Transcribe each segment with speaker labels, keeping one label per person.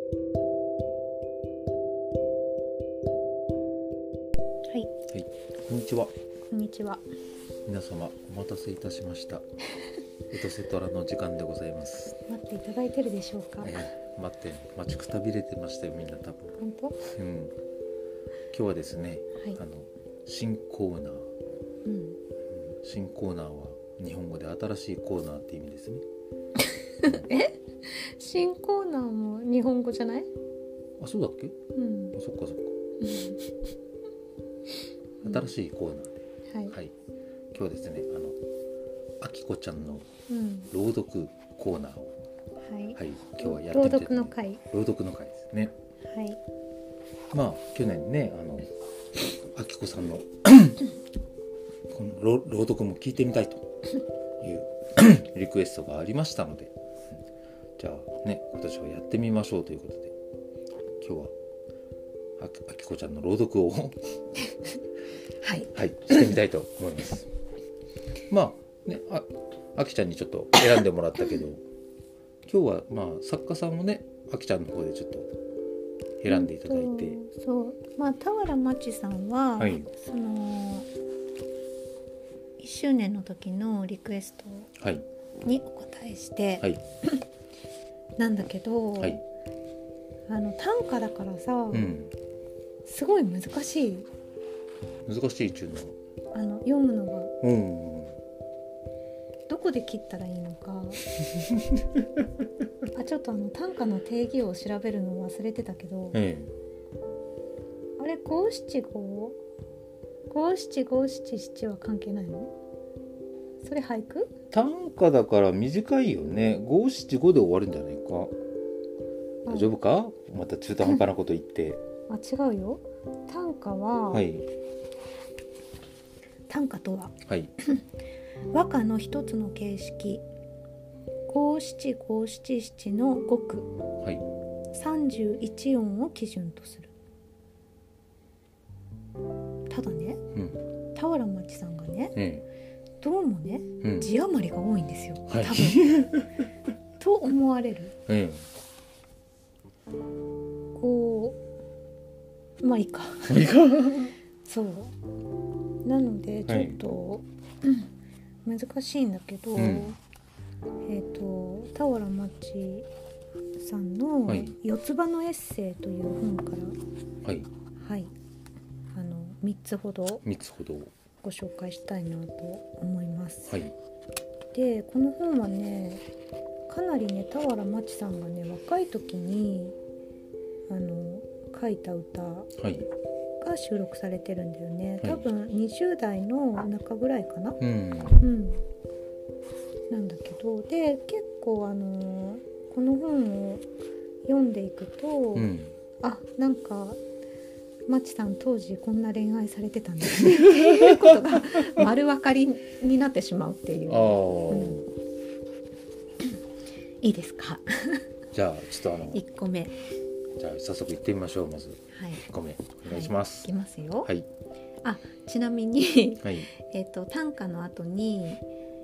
Speaker 1: はい、
Speaker 2: こんにちは。
Speaker 1: こんにちは。
Speaker 2: 皆様お待たせいたしました。エトセトラの時間でございます。
Speaker 1: 待っていただいてるでしょうか。
Speaker 2: 待ちくたびれてましたよ、みんな多分。
Speaker 1: 本当？
Speaker 2: 今日はですね、
Speaker 1: はい、
Speaker 2: 新コーナー、
Speaker 1: うん
Speaker 2: 新コーナーは日本語で新しいコーナーって意味ですね。
Speaker 1: 新コーナーも日本語じゃない？
Speaker 2: あ、そうだっけ？あ、そっかそっか。新しいコーナーで、
Speaker 1: はい、
Speaker 2: 今日はですね、あきこちゃんの
Speaker 1: うん
Speaker 2: 朗読コーナーを、
Speaker 1: はい、
Speaker 2: 今日はやってみたいと思います。
Speaker 1: 朗読の会。
Speaker 2: 朗読の会ですね。
Speaker 1: はい、
Speaker 2: 去年ね、あきこさんのこの朗読も聞いてみたいというリクエストがありましたので、じゃあね、今年はやってみましょうということで、今日はあきこちゃんの朗読を
Speaker 1: はい、
Speaker 2: してみたいと思います。あきちゃんにちょっと選んでもらったけど、今日は作家さんもね、あきちゃんの方でちょっと選んでいただいて、
Speaker 1: そう、田原まちさんは、その1周年の時のリクエストにお答えして、なんだけど、短歌だからさ、すごい難しい。
Speaker 2: 難しいっていうのは
Speaker 1: 読むのが、どこで切ったらいいのかちょっと短歌の定義を調べるのを忘れてたけど、あれ五七五五七五七七は関係ないの？それ俳句？
Speaker 2: 短歌だから短いよね。五七五で終わるんじゃないか。大丈夫か？また中途半端なこと言って
Speaker 1: 違うよ。短歌は、短歌とは、和歌の一つの形式、五七五七七の五句、31音を基準とする。ただね、田原町さんがね、どうもね、字余りが多いんですよ、多分と思われる。いいかそうなのでちょっと、難しいんだけど、田原町さんの四つ葉のエッセイという本から、3つほどご紹介したいなと思います。でこの本はね、かなりね、田原町さんがね、若い時に書いた歌が収録されてるんだよね。多分20代の中ぐらいかな、なんだけど、で結構この本を読んでいくと、なんかまちさん当時こんな恋愛されてたんですねっていうことが丸分かりになってしまうっていう。いいですか？
Speaker 2: じゃあちょっと
Speaker 1: 1個目、
Speaker 2: じゃあ早速行ってみましょう。まず1個目お願いします。
Speaker 1: いきますよ。ちなみに短歌の後に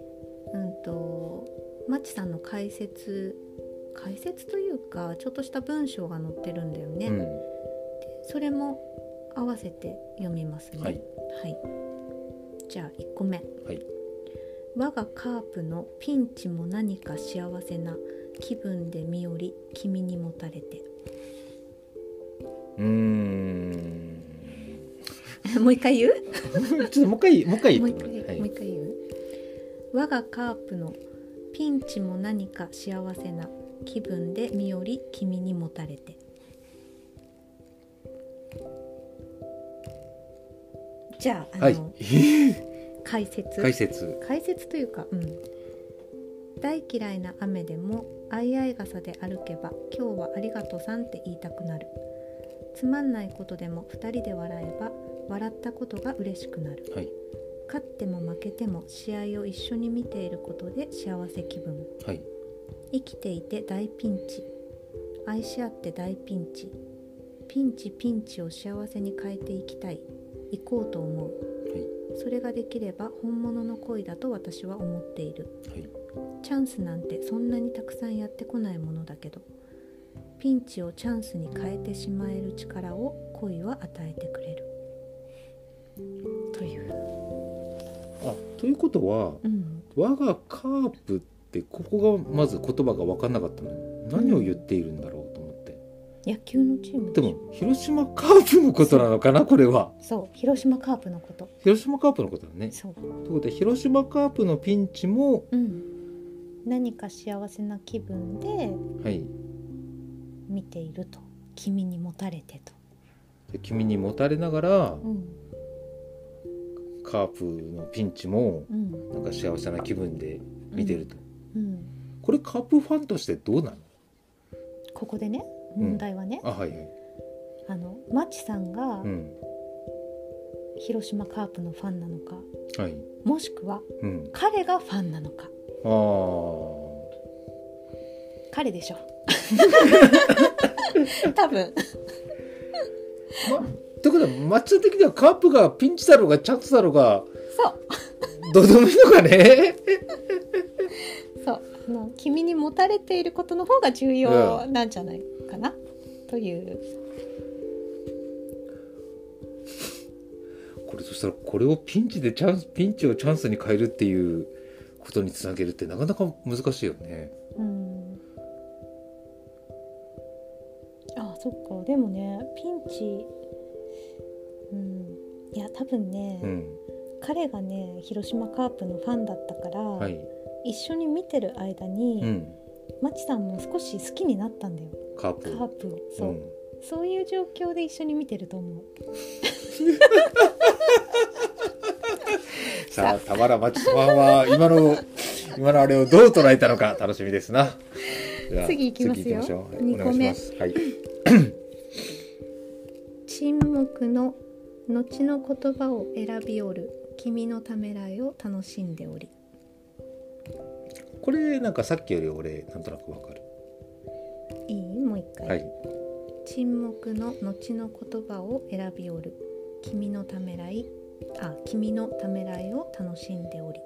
Speaker 1: まちさんの解説というか、ちょっとした文章が載ってるんだよね。それも合わせて読みますね。じゃあ1個目、我がカープのピンチも何か幸せな気分で身より君にもたれて。もう一回言う？
Speaker 2: ちょっともう一回言う。
Speaker 1: 我がカープのピンチも何か幸せな気分で身より君にもたれて。じゃあ、解説というか、大嫌いな雨でも相合い傘で歩けば今日はありがとさんって言いたくなる。つまんないことでも2人で笑えば笑ったことが嬉しくなる。勝っても負けても試合を一緒に見ていることで幸せ気分。生きていて大ピンチ、愛し合って大ピンチ、ピンチを幸せに変えていきたい、行こうと思う。それができれば本物の恋だと私は思っている。チャンスなんてそんなにたくさんやってこないものだけど、 ピンチをチャンスに変えてしまえる力を恋は与えてくれるという。
Speaker 2: ということは、我がカープってここがまず言葉が分かんなかったの。何を言っているんだろうと思って、
Speaker 1: 野球のチーム
Speaker 2: でも広島カープのことなのかな、これは。
Speaker 1: そう、広島カープのこと。
Speaker 2: 広島カープのことだね。
Speaker 1: そう。
Speaker 2: ということで広島カープのピンチも、
Speaker 1: 何か幸せな気分で見ていると、君に持たれてと。
Speaker 2: で君に持たれながら、カープのピンチも、なんか幸せな気分で見てると、これカープファンとしてどうなの？
Speaker 1: ここでね、問題はね、マチさんが、広島カープのファンなのか、もしくは、彼がファンなのか。彼でしょ多分
Speaker 2: ということはマッチ的にはカープがピンチだろうがチャンスだろうが、
Speaker 1: そう
Speaker 2: どうでもいいのかね
Speaker 1: そう、君に持たれていることの方が重要なんじゃないかな、という。
Speaker 2: これそしたらこれをピンチをチャンスに変えるっていうことにつなげるってなかなか難しいよね。
Speaker 1: そっか。でもね、ピンチ、いや多分ね、彼がね広島カープのファンだったから、一緒に見てる間に、マチさんも少し好きになったんだよ、カープを。そういう状況で一緒に見てると思う
Speaker 2: さあ田原マチファンは今のあれをどう捉えたのか楽しみですな。
Speaker 1: 次行きますよ。2個目、沈黙の後の言葉を選びおる君のためらいを楽しんでおり。
Speaker 2: これなんかさっきより俺なんとなくわかる。
Speaker 1: いい？もう一回、沈黙の後の言葉を選びおる君のためらいを楽しんでおり。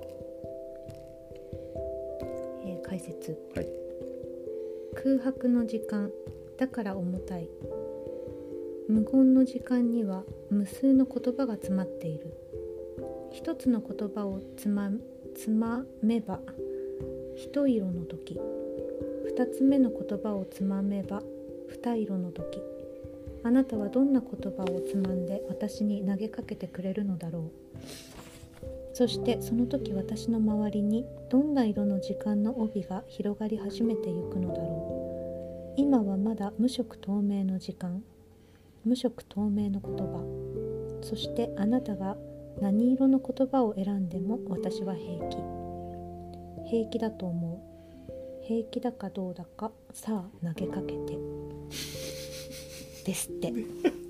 Speaker 1: 解説、空白の時間だから重たい。無言の時間には無数の言葉が詰まっている。一つの言葉をつまめば一色の時、二つ目の言葉をつまめば二色の時、あなたはどんな言葉をつまんで私に投げかけてくれるのだろう。そしてその時私の周りにどんな色の時間の帯が広がり始めてゆくのだろう。今はまだ無色透明の時間、無色透明の言葉。そしてあなたが何色の言葉を選んでも私は平気だと思う。平気だかどうだかさあ投げかけてですって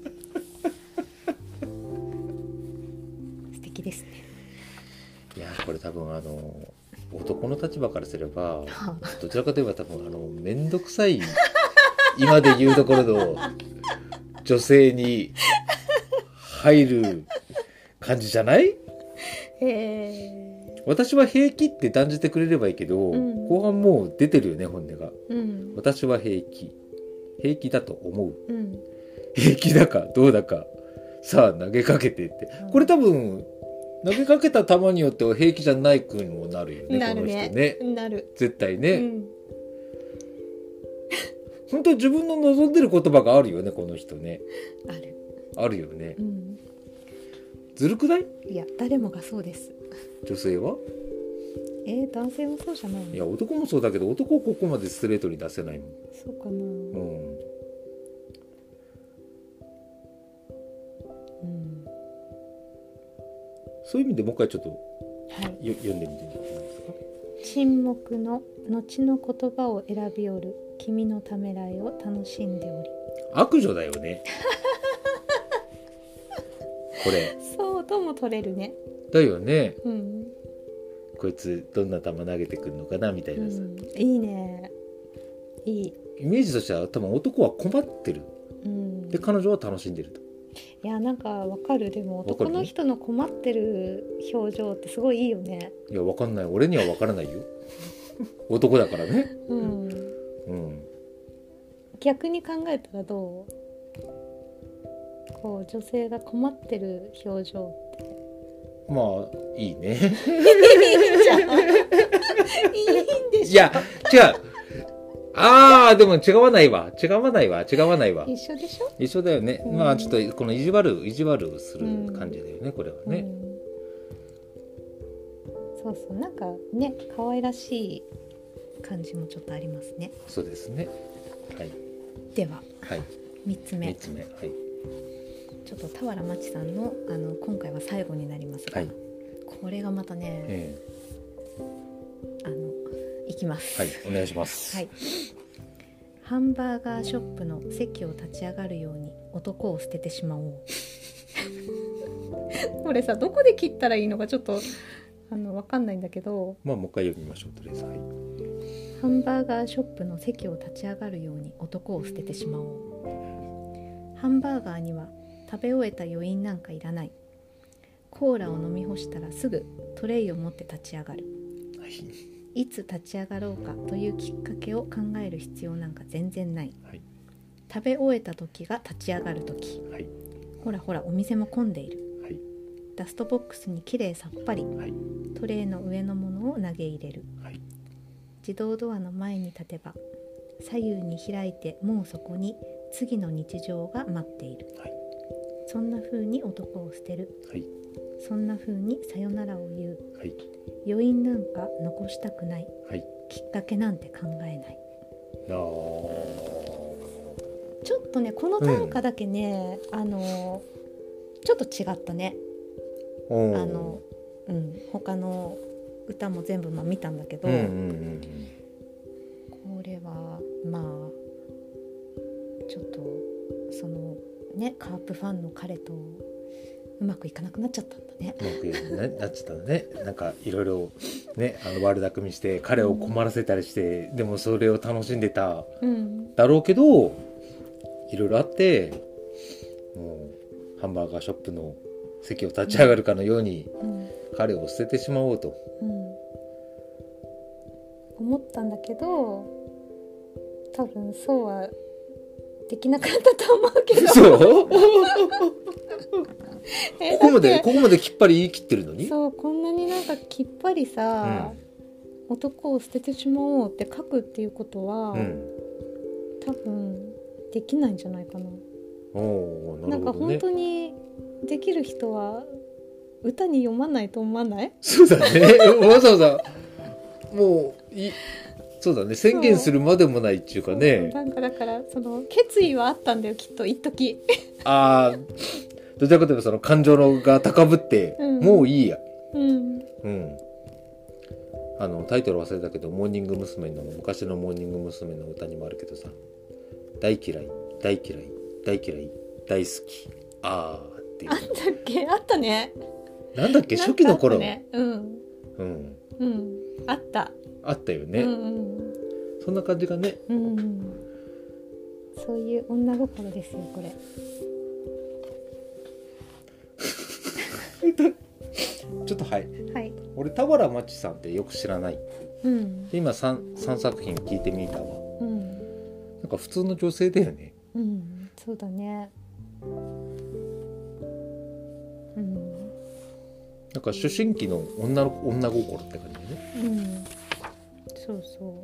Speaker 1: 素敵ですね。
Speaker 2: いやこれ多分男の立場からすればどちらかといえば多分めんどくさい今で言うところの女性に入る感じじゃない？私は平気って断じてくれればいいけど、後半もう出てるよね本音が、私は平気だと思う、平気だかどうだかさあ投げかけてって、これ多分投げかけた球によっては平気じゃないくにもなるよね、この人ね。
Speaker 1: なる
Speaker 2: 絶対ね、本当に自分の望んでる言葉があるよねこの人ね。あるよね、ずるくない？
Speaker 1: いや誰もがそうです。
Speaker 2: 女性は？
Speaker 1: 男性もそうじゃないの？
Speaker 2: いや男もそうだけど男はここまでストレートに出せないもん。
Speaker 1: そうかな。
Speaker 2: そういう意味でもう一回ちょっと、読んでみてもらっていいですか？
Speaker 1: 沈黙の後の言葉を選びおる君のためらいを楽しんでおり。
Speaker 2: 悪女だよねこれ。
Speaker 1: そうとも取れるね。
Speaker 2: だよね、こいつどんな球投げてくるのかなみたいなさ、
Speaker 1: いいね。いい
Speaker 2: イメージとしては多分男は困ってる、で彼女は楽しんでると。
Speaker 1: いやなんかわかる。でも男の人の困ってる表情ってすごいいいよね。
Speaker 2: いやわかんない、俺にはわからないよ男だからね。
Speaker 1: 逆に考えたらどう？こう女性が困ってる表情って
Speaker 2: まあいいね。いい
Speaker 1: じゃん。いいんでしょ。
Speaker 2: いや違う。ああでも違わないわ。
Speaker 1: 一緒でしょ。
Speaker 2: 一緒だよね。まあちょっとこの意地悪する感じだよね、これはね。
Speaker 1: そうそう、なんかね可愛らしい感じもちょっとありますね。
Speaker 2: そうですね。はい。
Speaker 1: では、
Speaker 2: はい、
Speaker 1: 3つ目。
Speaker 2: はい。
Speaker 1: ちょっと俵真知さんの今回は最後になりますが、はい、これがまたね、いきます。
Speaker 2: はい、お願いします。
Speaker 1: はい。ハンバーガーショップの席を立ち上がるように男を捨ててしまおう。これさ、どこで切ったらいいのかちょっとわかんないんだけど、
Speaker 2: まあもう一回読みましょうとりあえず。はい。
Speaker 1: ハンバーガーショップの席を立ち上がるように男を捨ててしまおう。ハンバーガーには食べ終えた余韻なんかいらない。コーラを飲み干したらすぐトレイを持って立ち上がる。はい。いつ立ち上がろうかというきっかけを考える必要なんか全然ない。はい、食べ終えた時が立ち上がる時。はい、ほらほらお店も混んでいる。はい、ダストボックスにきれいさっぱり。はい、トレイの上のものを投げ入れる。はい、自動ドアの前に立てば左右に開いてもうそこに次の日常が待っている。はい、そんな風に男を捨てる。はい、そんな風にさよならを言う。はい、余韻なんか残したくない。はい、きっかけなんて考えない。ちょっとねこの短歌だけね、ちょっと違ったね。他の歌も全部見たんだけど、これはまあちょっとそのねカープファンの彼とうまくいかなくなっちゃったんだね。
Speaker 2: うまくなっちゃったんだね。なんかいろいろね悪巧みして彼を困らせたりして、でもそれを楽しんでただろうけど、いろいろあってもうハンバーガーショップの席を立ち上がるかのように、彼を捨ててしまおうと、
Speaker 1: 思ったんだけど、多分そうはできなかったと思うけど。
Speaker 2: そうここまできっぱり言い切ってるのに。
Speaker 1: そう、こんなになんかきっぱりさ、男を捨ててしまおうって書くっていうことは、多分できないんじゃないかな。なるほどね。なんか本当にできる人は歌に読まないと思わない？
Speaker 2: そうだね。わざわざもうそうだね、宣言するまでもないっていうかね。
Speaker 1: だからその決意はあったんだよ、きっと一時。
Speaker 2: ああ、どちらかというとその感情が高ぶって、もういいや。タイトル忘れたけど、モーニング娘。の昔のモーニング娘。の歌にもあるけどさ、大嫌い大嫌い大嫌い大好きあーっていう。
Speaker 1: あったっけ？あったね。
Speaker 2: なんだっけ、初期の頃。
Speaker 1: あった
Speaker 2: よね。そんな感じがね。
Speaker 1: そういう女心ですよこれ。
Speaker 2: ちょっとはい。俺俵真知さんってよく知らない。で今 3作品聞いてみたわ。なんか普通の女性だよね。
Speaker 1: そうだね。
Speaker 2: なんか思春期の女心って感じね。
Speaker 1: そうそう。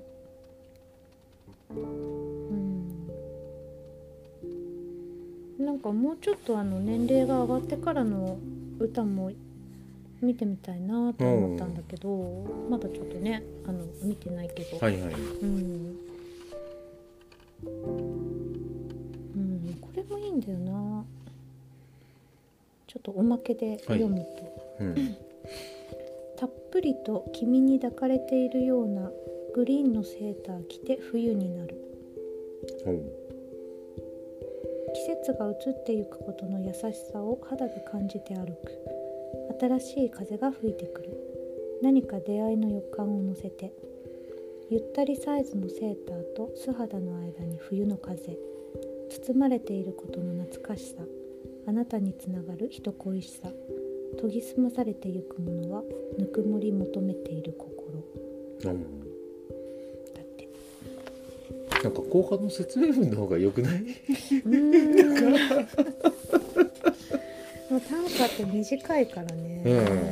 Speaker 1: なんかもうちょっと年齢が上がってからの歌も見てみたいなと思ったんだけど、まだちょっとね見てないけど。これもいいんだよな。ちょっとおまけで読むと。たっぷりと君に抱かれているようなグリーンのセーター着て冬になる。季節が移ってゆくことの優しさを肌で感じて歩く。新しい風が吹いてくる。何か出会いの予感を乗せて、ゆったりサイズのセーターと素肌の間に冬の風、包まれていることの懐かしさ、あなたにつながる人恋しさ、研ぎ澄まされてゆくものはぬくもり求めている心。だって
Speaker 2: なんか後半の説明文の方が良くない？
Speaker 1: もう短歌って短いからね。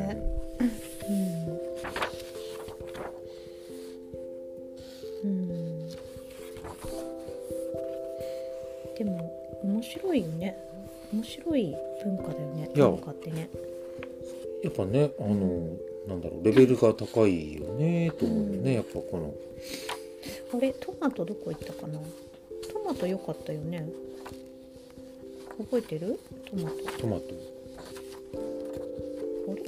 Speaker 1: でも面白いよね。面白い文化だよね。短歌ってね。
Speaker 2: やっぱね、なんだろう、レベルが高いよねと思うよね。やっぱこの。
Speaker 1: あれ、トマトどこ行ったかな。トマト良かったよね。覚えてる？トマト。
Speaker 2: あれ？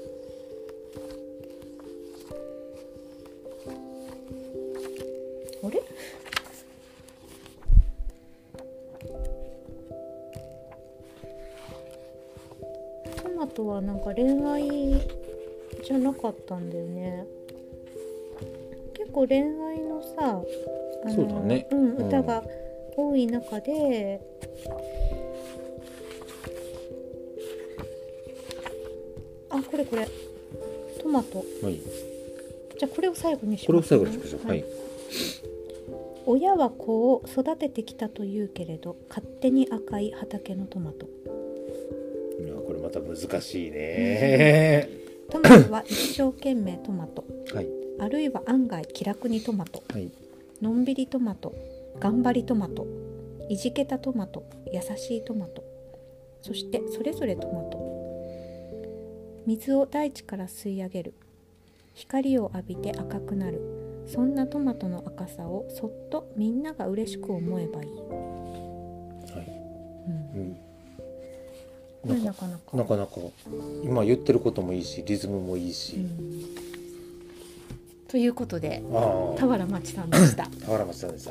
Speaker 1: あれ？トマトはなんか恋愛じゃなかったんだよね。結構恋愛のさ、
Speaker 2: そうだね、
Speaker 1: 歌が多い中で、これトマト、
Speaker 2: はい、
Speaker 1: じゃあこれを最後にしますね。
Speaker 2: これを最後にしましょう。はい。
Speaker 1: 親は子を育ててきたというけれど勝手に赤い畑のトマト。
Speaker 2: いや、これまた難しいね。
Speaker 1: トマトは一生懸命トマト、
Speaker 2: はい、
Speaker 1: あるいは案外気楽にトマト、
Speaker 2: はい、
Speaker 1: のんびりトマト、頑張りトマト、いじけたトマト、優しいトマト、そしてそれぞれトマト。水を大地から吸い上げる、光を浴びて赤くなる、そんなトマトの赤さをそっとみんなが嬉しく思えばいい。
Speaker 2: はい、
Speaker 1: これなかなか
Speaker 2: 今言ってることもいいし、リズムもいいし、
Speaker 1: ということで田原町さんでした。
Speaker 2: 田原町さんでした。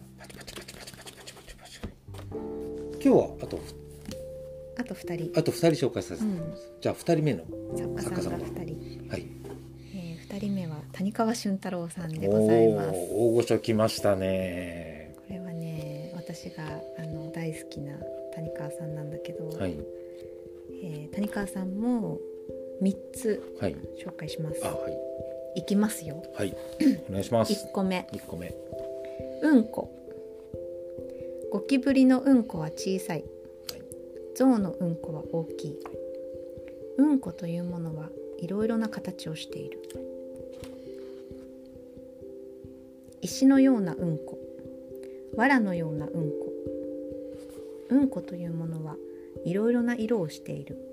Speaker 2: 今日はあと2人紹介させてもらいます。じゃあ2人目の
Speaker 1: 作家さんが2人、
Speaker 2: はい、
Speaker 1: 2人目は谷川俊太郎さんでございます。
Speaker 2: 大御所来ましたね。
Speaker 1: これはね、私が大好きな谷川さんなんだけど、
Speaker 2: はい、
Speaker 1: 谷川さんも3つ紹介します。いきますよ。
Speaker 2: はい、お願いします。
Speaker 1: 1個目、
Speaker 2: うん
Speaker 1: こ。ゴキブリのうんこは小さい、象のうんこは大きい。うんこというものはいろいろな形をしている。石のようなうんこ、藁のようなうんこ。うんこというものはいろいろな色をしている。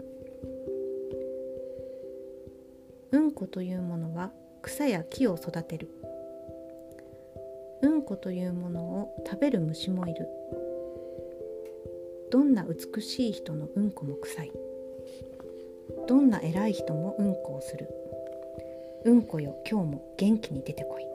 Speaker 1: うんこというものは草や木を育てる。うんこというものを食べる虫もいる。どんな美しい人のうんこも臭い。どんな偉い人もうんこをする。うんこよ、今日も元気に出てこい。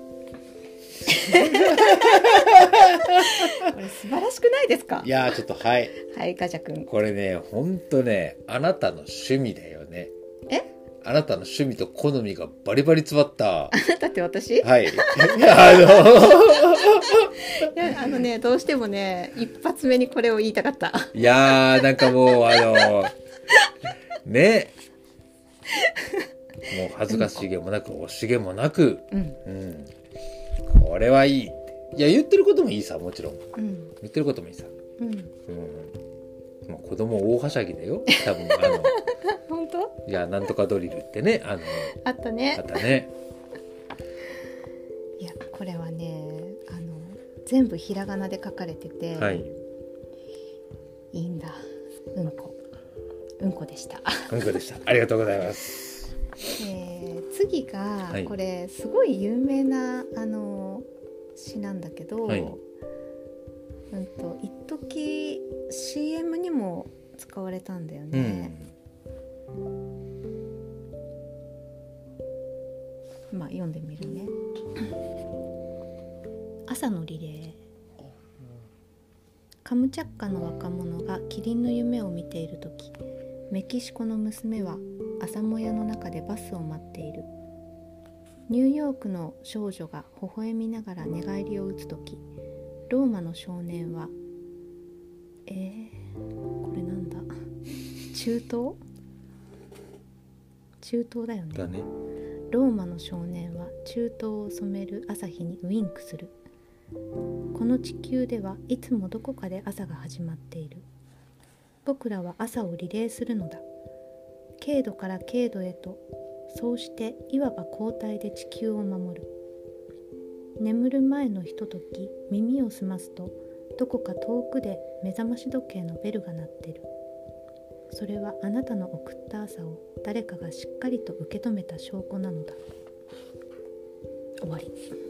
Speaker 1: これ素晴らしくないですか？
Speaker 2: いや、ちょっとはい、
Speaker 1: ガジャ君、こ
Speaker 2: れね、ほんとね、あなたの趣味だよね。あなたの趣味と好みがバリバリ詰まった。
Speaker 1: あなたって私？
Speaker 2: はい。い
Speaker 1: やね、どうしてもね、一発目にこれを言いたかった。
Speaker 2: いやー、なんかもうね、もう恥ずかしげもなく惜しげもなく、これはいい。いや、言ってることもいいさ、もちろん。言ってることもいいさ。まあ、子供大はしゃぎだよ、多分
Speaker 1: 本当？
Speaker 2: いや、なんとかドリルってね、
Speaker 1: あったね。いや、これはね、全部ひらがなで書かれてて、いいんだ。うんこでした。
Speaker 2: うんこでした。ありがとうございます。
Speaker 1: 次が、これすごい有名な詩なんだけど、一時 CM にも使われたんだよね。まあ読んでみるね。朝のリレー。カムチャッカの若者がキリンの夢を見ているとき、メキシコの娘は朝もやの中でバスを待っている。ニューヨークの少女が微笑みながら寝返りを打つとき、ローマの少年はこれなんだ、中東だよね。ローマの少年は中東を染める朝日にウインクする。 この地球ではいつもどこかで朝が始まっている。僕らは朝をリレーするのだ。経度から経度へと、そうしていわば交代で地球を守る。眠る前のひととき、耳を澄ますとどこか遠くで目覚まし時計のベルが鳴っている。それはあなたの送った朝を誰かがしっかりと受け止めた証拠なのだ。終わり。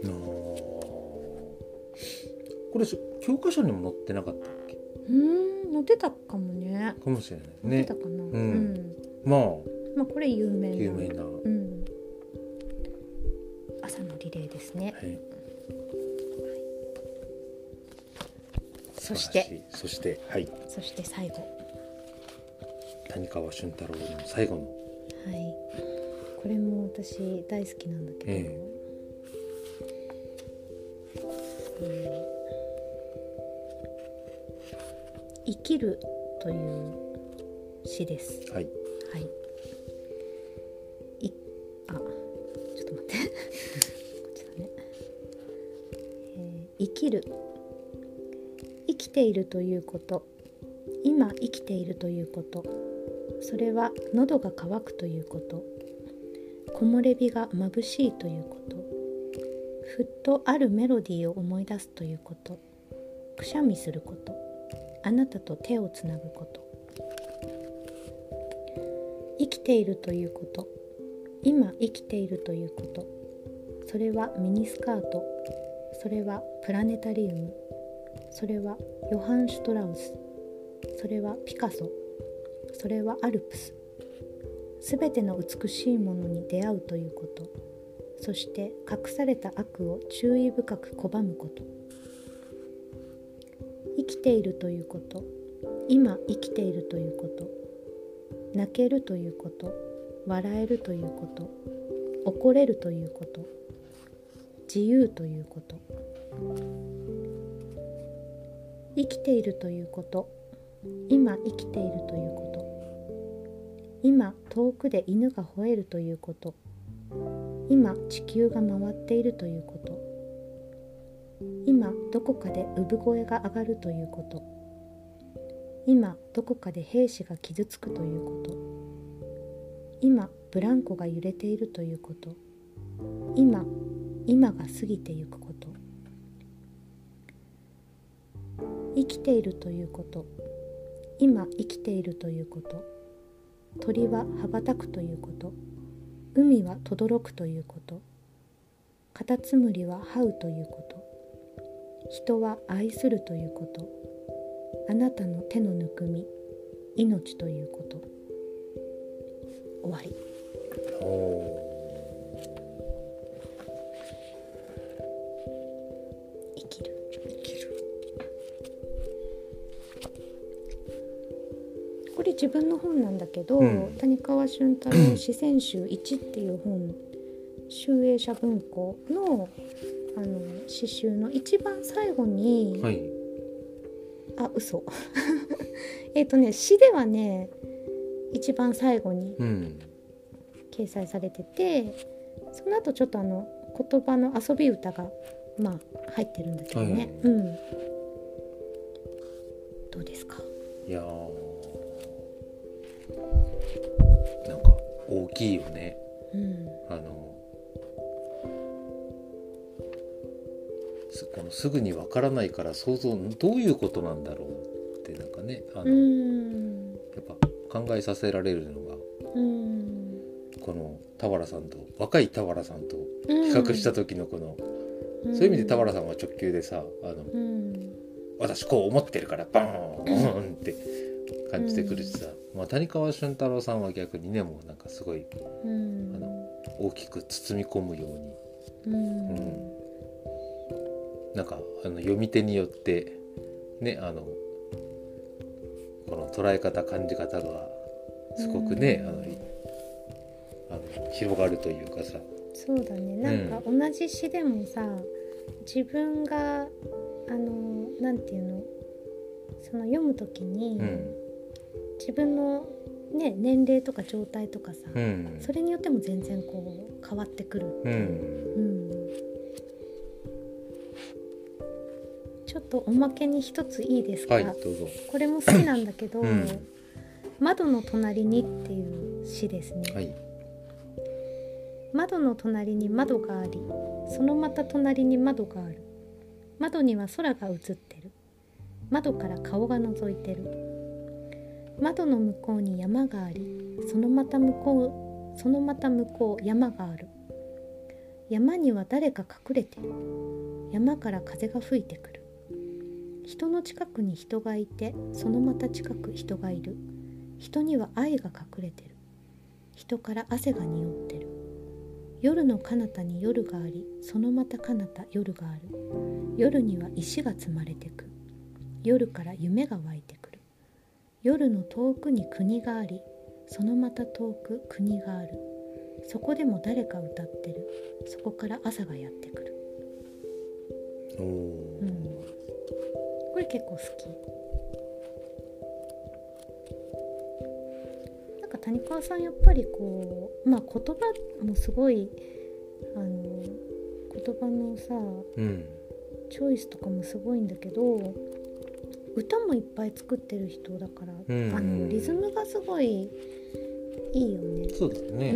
Speaker 2: これ教科書にも載ってなかったっけ？
Speaker 1: 載ってたかもね。
Speaker 2: かもしれないね。
Speaker 1: 載ってたかな。まあこれ有名な。朝のリレーですね。はい。そして最後。
Speaker 2: 谷川俊太郎の最後の。
Speaker 1: はい。これも私大好きなんだけど。生きるという詩です。
Speaker 2: はい。
Speaker 1: はい。ちょっと待って。こっちだね。生きる。生きているということ。今生きているということ。それは喉が渇くということ。木漏れ日が眩しいということ。ふっとあるメロディーを思い出すということ。くしゃみすること。あなたと手をつなぐこと。生きているということ。今生きているということ。それはミニスカート。それはプラネタリウム。それはヨハン・シュトラウス。それはピカソ。それはアルプス。すべての美しいものに出会うということ。そして隠された悪を注意深く拒むこと。生きているということ。今生きているということ。泣けるということ。笑えるということ。怒れるということ。自由ということ。生きているということ。今生きているということ。今遠くで犬が吠えるということ。今地球が回っているということ。今どこかで産声が上がるということ。今どこかで兵士が傷つくということ。今ブランコが揺れているということ。今が過ぎてゆくこと。生きているということ。今生きているということ。鳥は羽ばたくということ。海は轟くということ。カタツムリは這うということ。人は愛するということ。あなたの手のぬくみ、命ということ。終わり。生きる。これ自分の本なんだけど、谷川俊太郎詩選集1っていう本、集英社文庫の詩集の一番最後に、嘘詩ではね一番最後に掲載されてて、その後ちょっと言葉の遊び歌が入ってるんだけどね、どうですか？
Speaker 2: いやなんか大きいよね。このすぐにわからないから想像どういうことなんだろうってなんかねやっぱ考えさせられるのがこの俵さんと若い俵さんと比較した時のこのそういう意味で俵さんは直球でさ私こう思ってるからバーンって感じてくるしさ、谷川俊太郎さんは逆にねもうなんかすごい大きく包み込むように。なんか読み手によってねこの捉え方感じ方がすごくね広がるというかさ。
Speaker 1: そうだね、なんか同じ詩でもさ自分がなんていうのその読むときに、自分のね年齢とか状態とかさ、それによっても全然こう変わってくるっていう。 とおまけに一ついいですか？
Speaker 2: はい、どうぞ。
Speaker 1: これも好きなんだけど、窓の隣にっていう詩ですね。
Speaker 2: はい。
Speaker 1: 窓の隣に窓があり、そのまた隣に窓がある。窓には空が映ってる。窓から顔が覗いてる。窓の向こうに山があり、そのまた向こう山がある。山には誰か隠れてる。山から風が吹いてくる。人の近くに人がいて、そのまた近く人がいる。人には愛が隠れてる。人から汗が匂ってる。夜の彼方に夜があり、そのまた彼方夜がある。夜には石が積まれてく。夜から夢が湧いてくる。夜の遠くに国があり、そのまた遠く国がある。そこでも誰か歌ってる。そこから朝がやってくる。これ結構好き。なんか谷川さんやっぱりこう、言葉もすごい言葉のさ、チョイスとかもすごいんだけど、歌もいっぱい作ってる人だから、リズムがすごいいいよね。
Speaker 2: そうですね。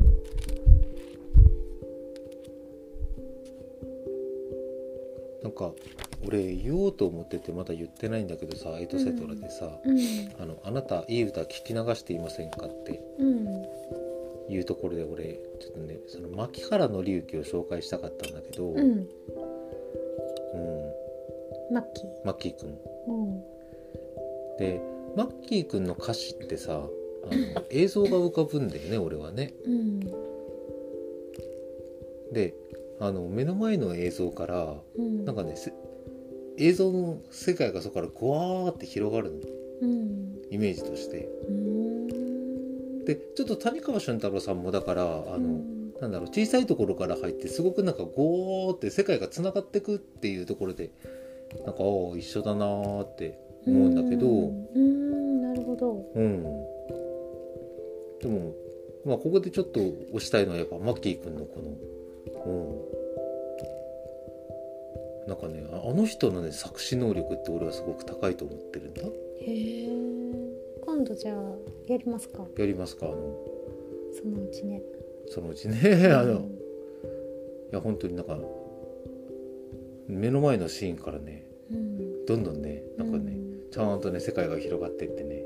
Speaker 2: なんか俺言おうと思っててまだ言ってないんだけどさ、エトセトラでさ、あなたいい歌聞き流していませんかっていうところで、俺ちょっとね、その牧原紀之を紹介したかったんだけど、
Speaker 1: マ
Speaker 2: ッキーくん、でマッキーくんの歌詞ってさ、映像が浮かぶんだよね、俺はね。で目の前の映像から、なんかね、映像の世界がそこからゴワーって広がるの、イメージとして。でちょっと谷川俊太郎さんもだからなんだろう、小さいところから入ってすごくなんかゴーって世界がつながってくっていうところで、なんか一緒だなーって思うんだけど、
Speaker 1: なるほど。
Speaker 2: でもここでちょっと推したいのはやっぱマッキーくんのこのなんかね、あの人のね作詞能力って俺はすごく高いと思ってるんだ。
Speaker 1: へえ。今度じゃあやりますか。
Speaker 2: やりますか。
Speaker 1: そのうちね。
Speaker 2: そのうちね。いや本当になんか目の前のシーンからね、どんどんね、なんかね、ちゃんとね世界が広がってってね、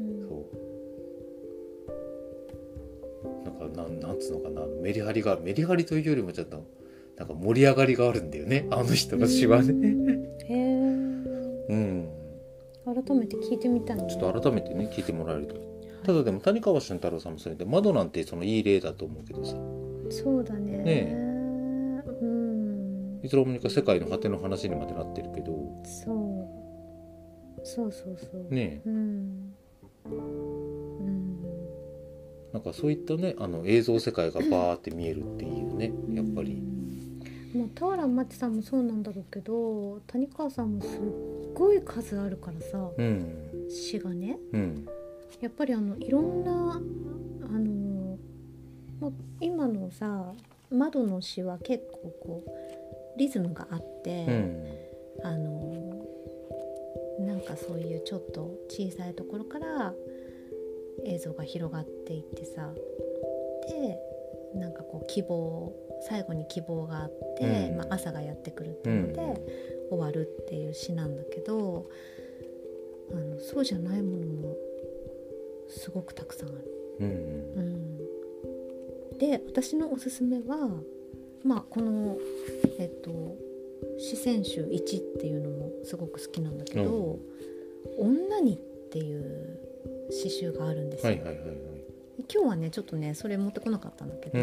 Speaker 2: そうなんつうのかな、メリハリというよりもちょっとなんか盛り上がりがあるんだよね、あの人の詩はね。
Speaker 1: へえ。改めて聞いてみたいね。
Speaker 2: ちょっと改めてね聞いてもらえると。ただでも谷川俊太郎さんもそれで窓なんてそのいい例だと思うけどさ。
Speaker 1: そうだね。
Speaker 2: いつの間にか世界の果ての話にまでなってるけど。
Speaker 1: そう
Speaker 2: ねえ。なんかそういったね、映像世界がバーって見えるっていうね、やっぱり。
Speaker 1: 俵万智さんもそうなんだろうけど、谷川さんもすっごい数あるからさ、詩がね、やっぱりいろんな今のさ窓の詩は結構こうリズムがあって、なんかそういうちょっと小さいところから映像が広がっていってさ、でなんかこう最後に希望があって、朝がやってくるっていうので、終わるっていう詩なんだけど、そうじゃないものもすごくたくさんある。で私のおすすめは、この詩選集1っていうのもすごく好きなんだけど、女にっていう詩集があるんですよ。今日はねちょっとねそれ持ってこなかったんだけど、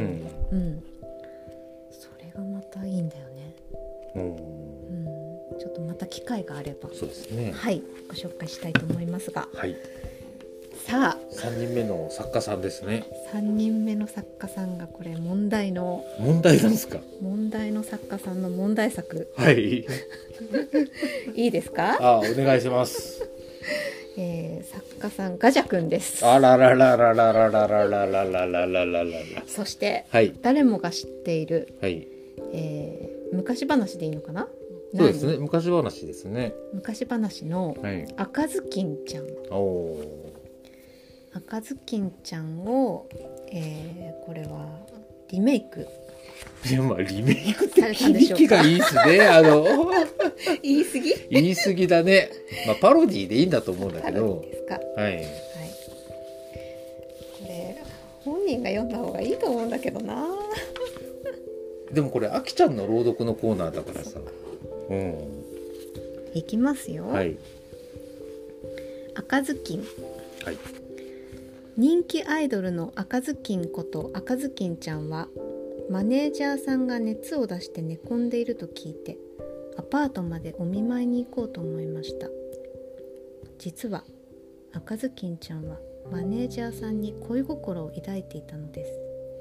Speaker 1: それがまたいいんだよね。ちょっとまた機会があれば、
Speaker 2: そうですね、
Speaker 1: ご紹介したいと思いますが、さあ
Speaker 2: 3人目の作家さんですね。
Speaker 1: 3人目の作家さんがこれ問題なん
Speaker 2: ですか。
Speaker 1: 問題の作家さんの問題作
Speaker 2: い
Speaker 1: いですか。
Speaker 2: お願いします。
Speaker 1: 作家さんガジャ君です。
Speaker 2: あらららららららららららららら。
Speaker 1: そして、誰もが知っている、昔話でいいのかな、
Speaker 2: そうですね、昔話ですね。
Speaker 1: 昔話の赤ずきんちゃん、赤ずきんちゃんを、これはリメイク、
Speaker 2: いや、まあリメイクって響きがいいですね。
Speaker 1: 言い
Speaker 2: 過ぎだね。まあパロディでいいんだと思うんだけど。
Speaker 1: ですか。
Speaker 2: はい。
Speaker 1: これ本人が読んだ方がいいと思うんだけどな。
Speaker 2: でもこれあきちゃんの朗読のコーナーだからさ。
Speaker 1: いきますよ。
Speaker 2: はい。
Speaker 1: 赤ずきん。
Speaker 2: はい。
Speaker 1: 人気アイドルの赤ずきんこと赤ずきんちゃんは、マネージャーさんが熱を出して寝込んでいると聞いて、アパートまでお見舞いに行こうと思いました。実は赤ずきんちゃんはマネージャーさんに恋心を抱いていたのです。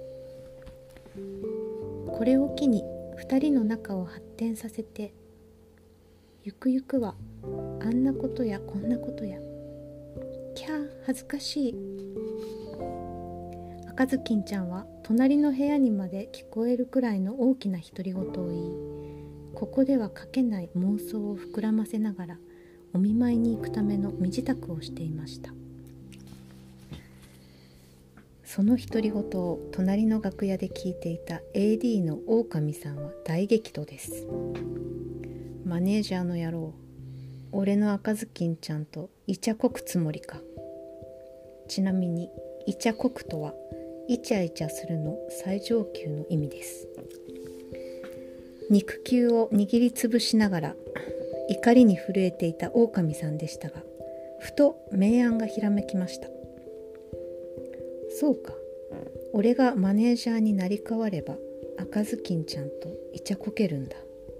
Speaker 1: これを機に2人の仲を発展させて、ゆくゆくはあんなことやこんなことや、キャー恥ずかしい。赤ずきんちゃんは隣の部屋にまで聞こえるくらいの大きな独り言を言い、ここでは書けない妄想を膨らませながらお見舞いに行くための身支度をしていました。その独り言を隣の楽屋で聞いていた AD の狼さんは大激怒です。マネージャーの野郎、俺の赤ずきんちゃんとイチャこくつもりか。ちなみにイチャこくとはイチャイチャするの最上級の意味です。肉球を握りつぶしながら怒りに震えていた狼さんでしたが、ふと明暗がひらめきました。そうか、俺がマネージャーになり変われば赤ずきんちゃんとイチャこけるんだ。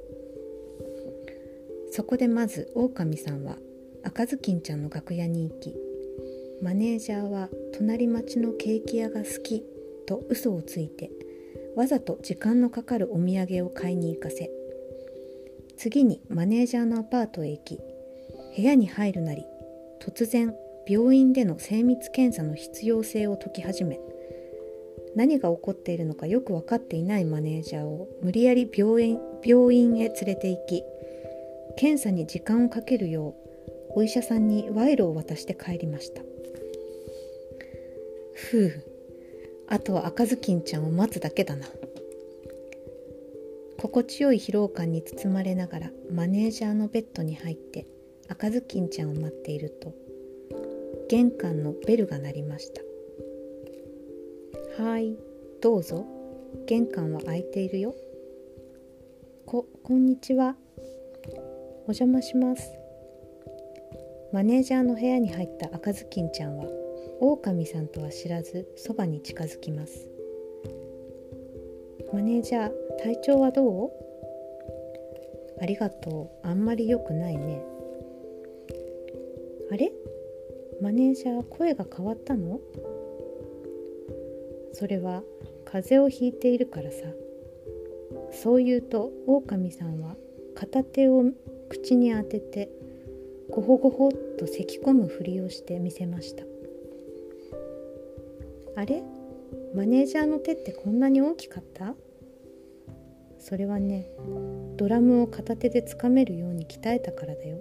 Speaker 1: そこでまず狼さんは赤ずきんちゃんの楽屋に行き、マネージャーは隣町のケーキ屋が好きと嘘をついて、わざと時間のかかるお土産を買いに行かせ、次にマネージャーのアパートへ行き、部屋に入るなり突然病院での精密検査の必要性を説き始め、何が起こっているのかよく分かっていないマネージャーを無理やり病院へ連れて行き、検査に時間をかけるようお医者さんに賄賂を渡して帰りました。ふう、あとは赤ずきんちゃんを待つだけだな。心地よい疲労感に包まれながらマネージャーのベッドに入って赤ずきんちゃんを待っていると、玄関のベルが鳴りました。はい、どうぞ。玄関は開いているよ。こんにちは。お邪魔します。マネージャーの部屋に入った赤ずきんちゃんは狼さんとは知らずそばに近づきます。マネージャー、体調はどう？ありがとう、あんまり良くないね。あれ？マネージャー、声が変わったの？それは風邪をひいているからさ。そう言うと狼さんは片手を口に当ててゴホゴホっと咳込むふりをしてみせました。あれ？マネージャーの手ってこんなに大きかった？それはね、ドラムを片手でつかめるように鍛えたからだよ。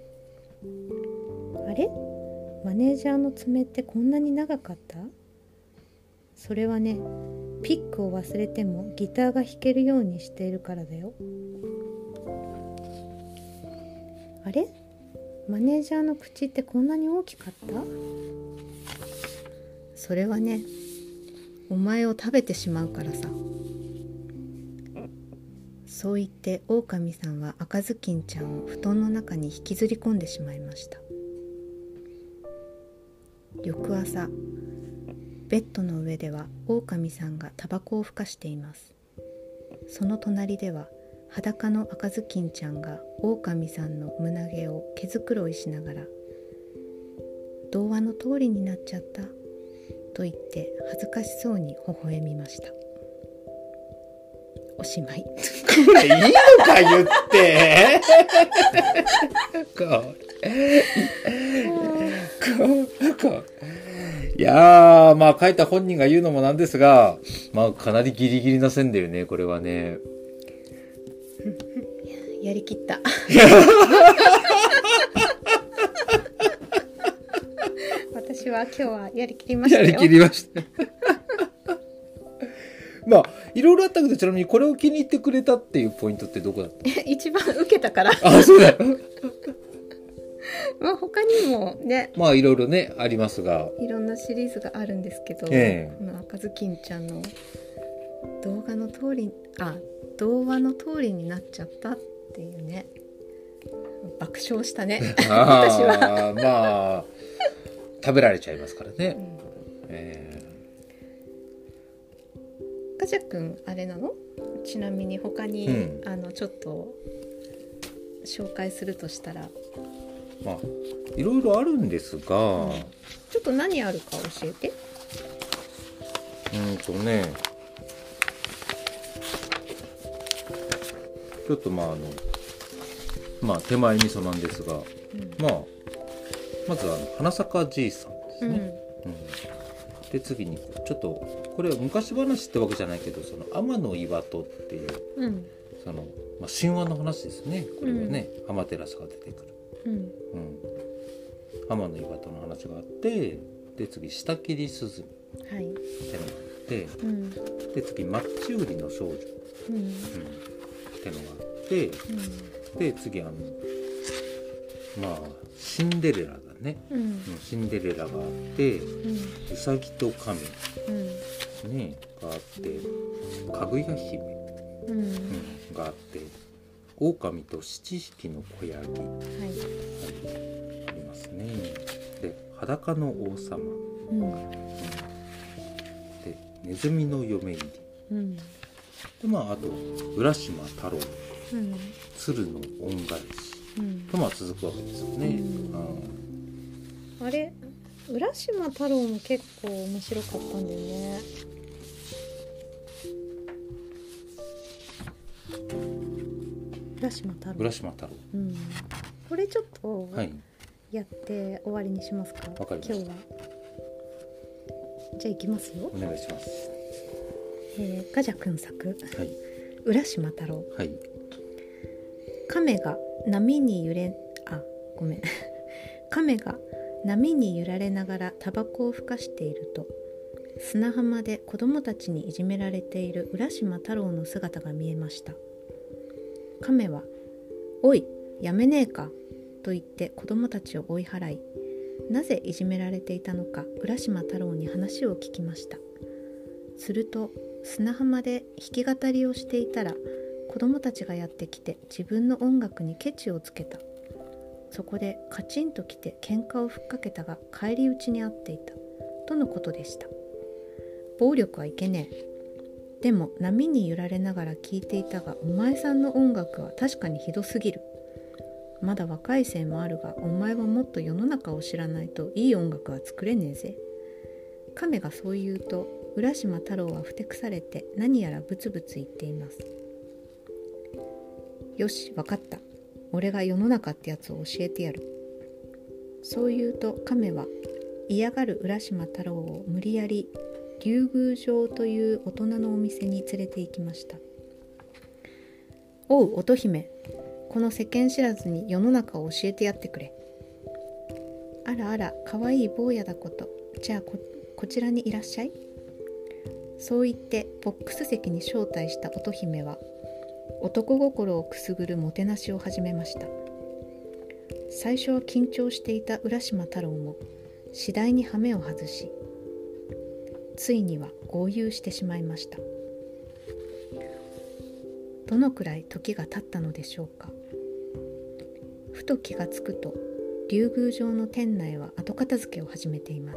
Speaker 1: あれ？マネージャーの爪ってこんなに長かった？それはね、ピックを忘れてもギターが弾けるようにしているからだよ。あれ？マネージャーの口ってこんなに大きかった？それはね、お前を食べてしまうからさ。そう言って狼さんは赤ずきんちゃんを布団の中に引きずり込んでしまいました。翌朝、ベッドの上では狼さんがタバコをふかしています。その隣では裸の赤ずきんちゃんが狼さんの胸毛を毛づくろいしながら、童話の通りになっちゃったと言って恥ずかしそうに微笑みました。おしまい。
Speaker 2: これいいのか言っていやー、まあ書いた本人が言うのもなんですが、まあかなりギリギリな線だよね、これはね。
Speaker 1: やりきった私は今日はやりきりましたよ。
Speaker 2: やりきりましたまあいろいろあったけど、ちなみにこれを気に入ってくれたっていうポイントってどこだった？
Speaker 1: 一番受けたから
Speaker 2: あ、そうだよ
Speaker 1: まあ他にもね、
Speaker 2: まあいろいろねありますが、
Speaker 1: いろんなシリーズがあるんですけど、この赤ずきんちゃんの童話の通りになっちゃったっていうね、爆笑したね私は
Speaker 2: まあ食べられちゃいますからね、
Speaker 1: ガジャ君あれなの？ちなみに他に、ちょっと紹介するとしたら、
Speaker 2: まあいろいろあるんですが、ちょ
Speaker 1: っと何あるか教えて。
Speaker 2: ちょっとまあ手前味噌なんですが、まず花坂じいさんですね、で次にちょっとこれは昔話ってわけじゃないけど、その天の岩戸っていう、その、神話の話ですね。これはね、天照が出てくる、天の岩戸の話があって、で次下切り鈴ってのがあって、で次マッチ売りの少女、ってのがあって、で次シンデレラだね、シンデレラがあって、うさぎと神、があって、かぐや姫、があって、狼と七匹の子ヤギ、ありますね。で裸の王様、でネズミの嫁入り、であと浦島太郎、鶴の恩返し、と続くわけですよね。
Speaker 1: あれ、浦島太郎も結構面白かったんだよね。浦島太郎、これちょっとやって終わりにしますか。
Speaker 2: わかりました。
Speaker 1: 今日はじゃあいきますよ。
Speaker 2: お願いします。
Speaker 1: ガジャ君作、浦島太郎。亀が波に揺れられながらタバコをふかしていると、砂浜で子供たちにいじめられている浦島太郎の姿が見えました。亀はおいやめねえかと言って子供たちを追い払い、なぜいじめられていたのか浦島太郎に話を聞きました。すると砂浜で弾き語りをしていたら、子供たちがやってきて自分の音楽にケチをつけた。そこでカチンときて喧嘩をふっかけたが返り討ちにあっていたとのことでした。暴力はいけねえ。でも波に揺られながら聴いていたが、お前さんの音楽は確かにひどすぎる。まだ若いせいもあるが、お前はもっと世の中を知らないといい音楽は作れねえぜ。亀がそう言うと、浦島太郎はふてくされて何やらブツブツ言っています。よし、わかった。俺が世の中ってやつを教えてやる。そう言うと亀は嫌がる浦島太郎を無理やり竜宮城という大人のお店に連れて行きました。おう乙姫、この世間知らずに世の中を教えてやってくれ。あらあら、かわいい坊やだこと。じゃあ こちらにいらっしゃい。そう言ってボックス席に招待した乙姫は男心をくすぐるもてなしを始めました。最初は緊張していた浦島太郎も次第に羽目を外し、ついには豪遊してしまいました。どのくらい時が経ったのでしょうか。ふと気がつくと、竜宮城の店内は後片付けを始めています。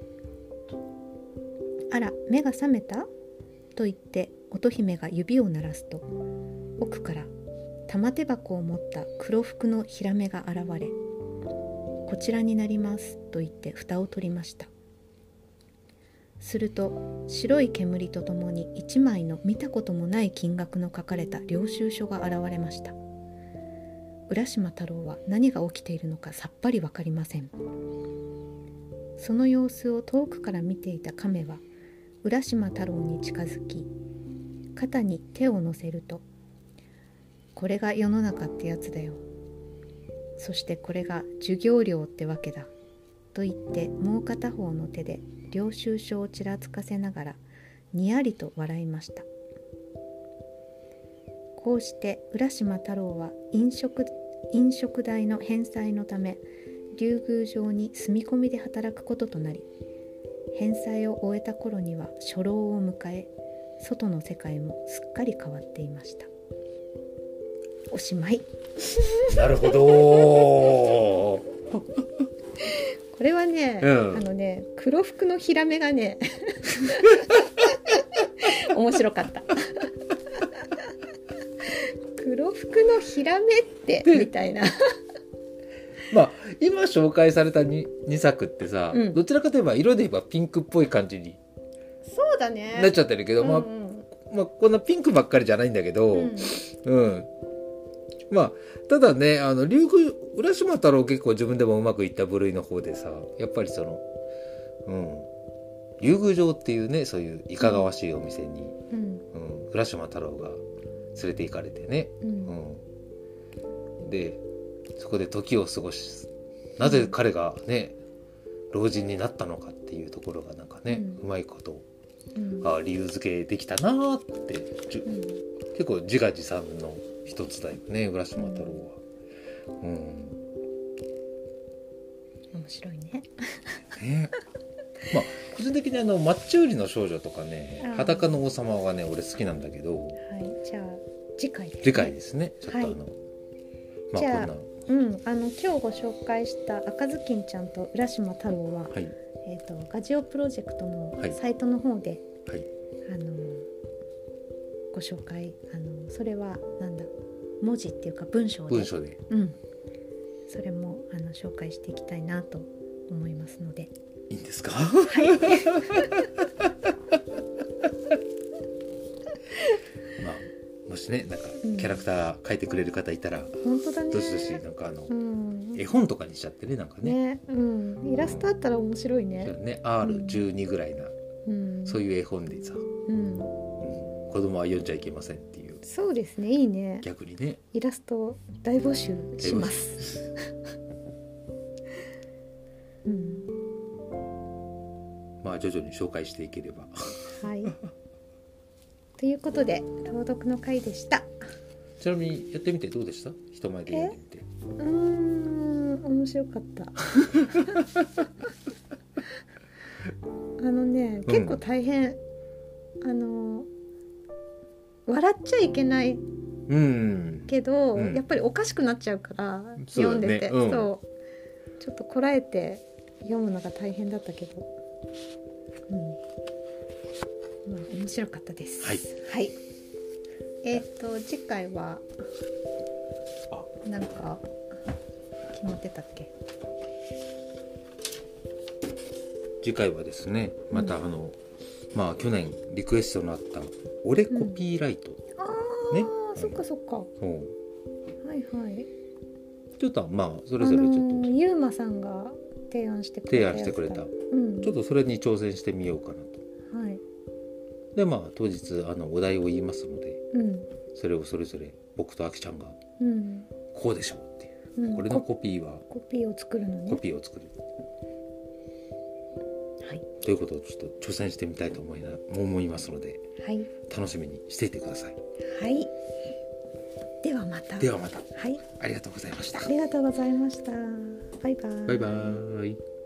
Speaker 1: あら、目が覚めた？と言って乙姫が指を鳴らすと、奥から玉手箱を持った黒服のヒラメが現れ、こちらになりますと言って蓋を取りました。すると白い煙とともに一枚の見たこともない金額の書かれた領収書が現れました。浦島太郎は何が起きているのかさっぱりわかりません。その様子を遠くから見ていた亀は浦島太郎に近づき、肩に手を乗せると、 これが世の中ってやつだよ。そしてこれが授業料ってわけだ。と言ってもう片方の手で領収書をちらつかせながらにやりと笑いました。こうして浦島太郎は飲食代の返済のため竜宮城に住み込みで働くこととなり、返済を終えた頃には初老を迎え、外の世界もすっかり変わっていました。おしまい。
Speaker 2: なるほど。
Speaker 1: これはね、黒服のヒラメがね面白かった。黒服のヒラメってみたいな
Speaker 2: まあ今紹介された 2作ってさ、どちらかといえば色で言えばピンクっぽい感じに
Speaker 1: そうだね
Speaker 2: なっちゃってるけど、まあこんなピンクばっかりじゃないんだけど、まあただね、浦島太郎結構自分でもうまくいった部類の方でさ、やっぱりその竜宮城っていうね、そういういかがわしいお店に、浦島太郎が連れて行かれてね、でそこで時を過ごし、なぜ彼がね老人になったのかっていうところがなんかね、うまいこと、理由付けできたなって、結構自画自賛の一つだよね、浦島太郎は。
Speaker 1: 面白いね。
Speaker 2: まあ個人的にマッチ売りの少女とかね、裸の王様はね俺好きなんだけど、
Speaker 1: じゃあ次回ですね。
Speaker 2: 次回ですね。ちょっと
Speaker 1: じゃあ今日ご紹介した赤ずきんちゃんと浦島太郎は、ガジオプロジェクトのサイトの方で、ご紹介、それはなんだ、文字っていうか文章で、それも紹介していきたいなと思いますので。
Speaker 2: いいんですか？
Speaker 1: はい。
Speaker 2: もしね、なんかキャラクター描いてくれる方いたら、
Speaker 1: 本当だね、
Speaker 2: どしどしなんか絵本とかにしちゃってね、なんかね、
Speaker 1: イラストあったら面白いね。
Speaker 2: R12 ぐらいな、そういう絵本でさ、子供は読んじゃいけませんっていう。
Speaker 1: そうですね、いいね。
Speaker 2: 逆にね、
Speaker 1: イラスト大募集します。
Speaker 2: まあ徐々に紹介していければ。
Speaker 1: はい。ということで朗読の回でした。
Speaker 2: ちなみにやってみてどうでした？人前で読んでみて。
Speaker 1: 面白かった。結構大変。笑っちゃいけないけど、やっぱりおかしくなっちゃうから読んでて、そうちょっとこらえて読むのが大変だったけど、面白かったです。はい。次回はなんか決まってたっけ？
Speaker 2: 次回はですね、また去年リクエストのあった俺コピーライト、
Speaker 1: ね。そっかそっか。はいはい。
Speaker 2: ちょっとそれぞれちょっと
Speaker 1: ゆうまさんが提案してくれた。
Speaker 2: ちょっとそれに挑戦してみようかなと。で当日お題を言いますので、それをそれぞれ僕とあきちゃんが、こうでしょうっていう、これのコピーを作るのね。コピーを作る。ということをちょっと挑戦してみたいと思いますので、楽しみにしていてください。ではまた。ありがとうございました。
Speaker 1: ありがとうございました。バイバイ。
Speaker 2: バイバイ。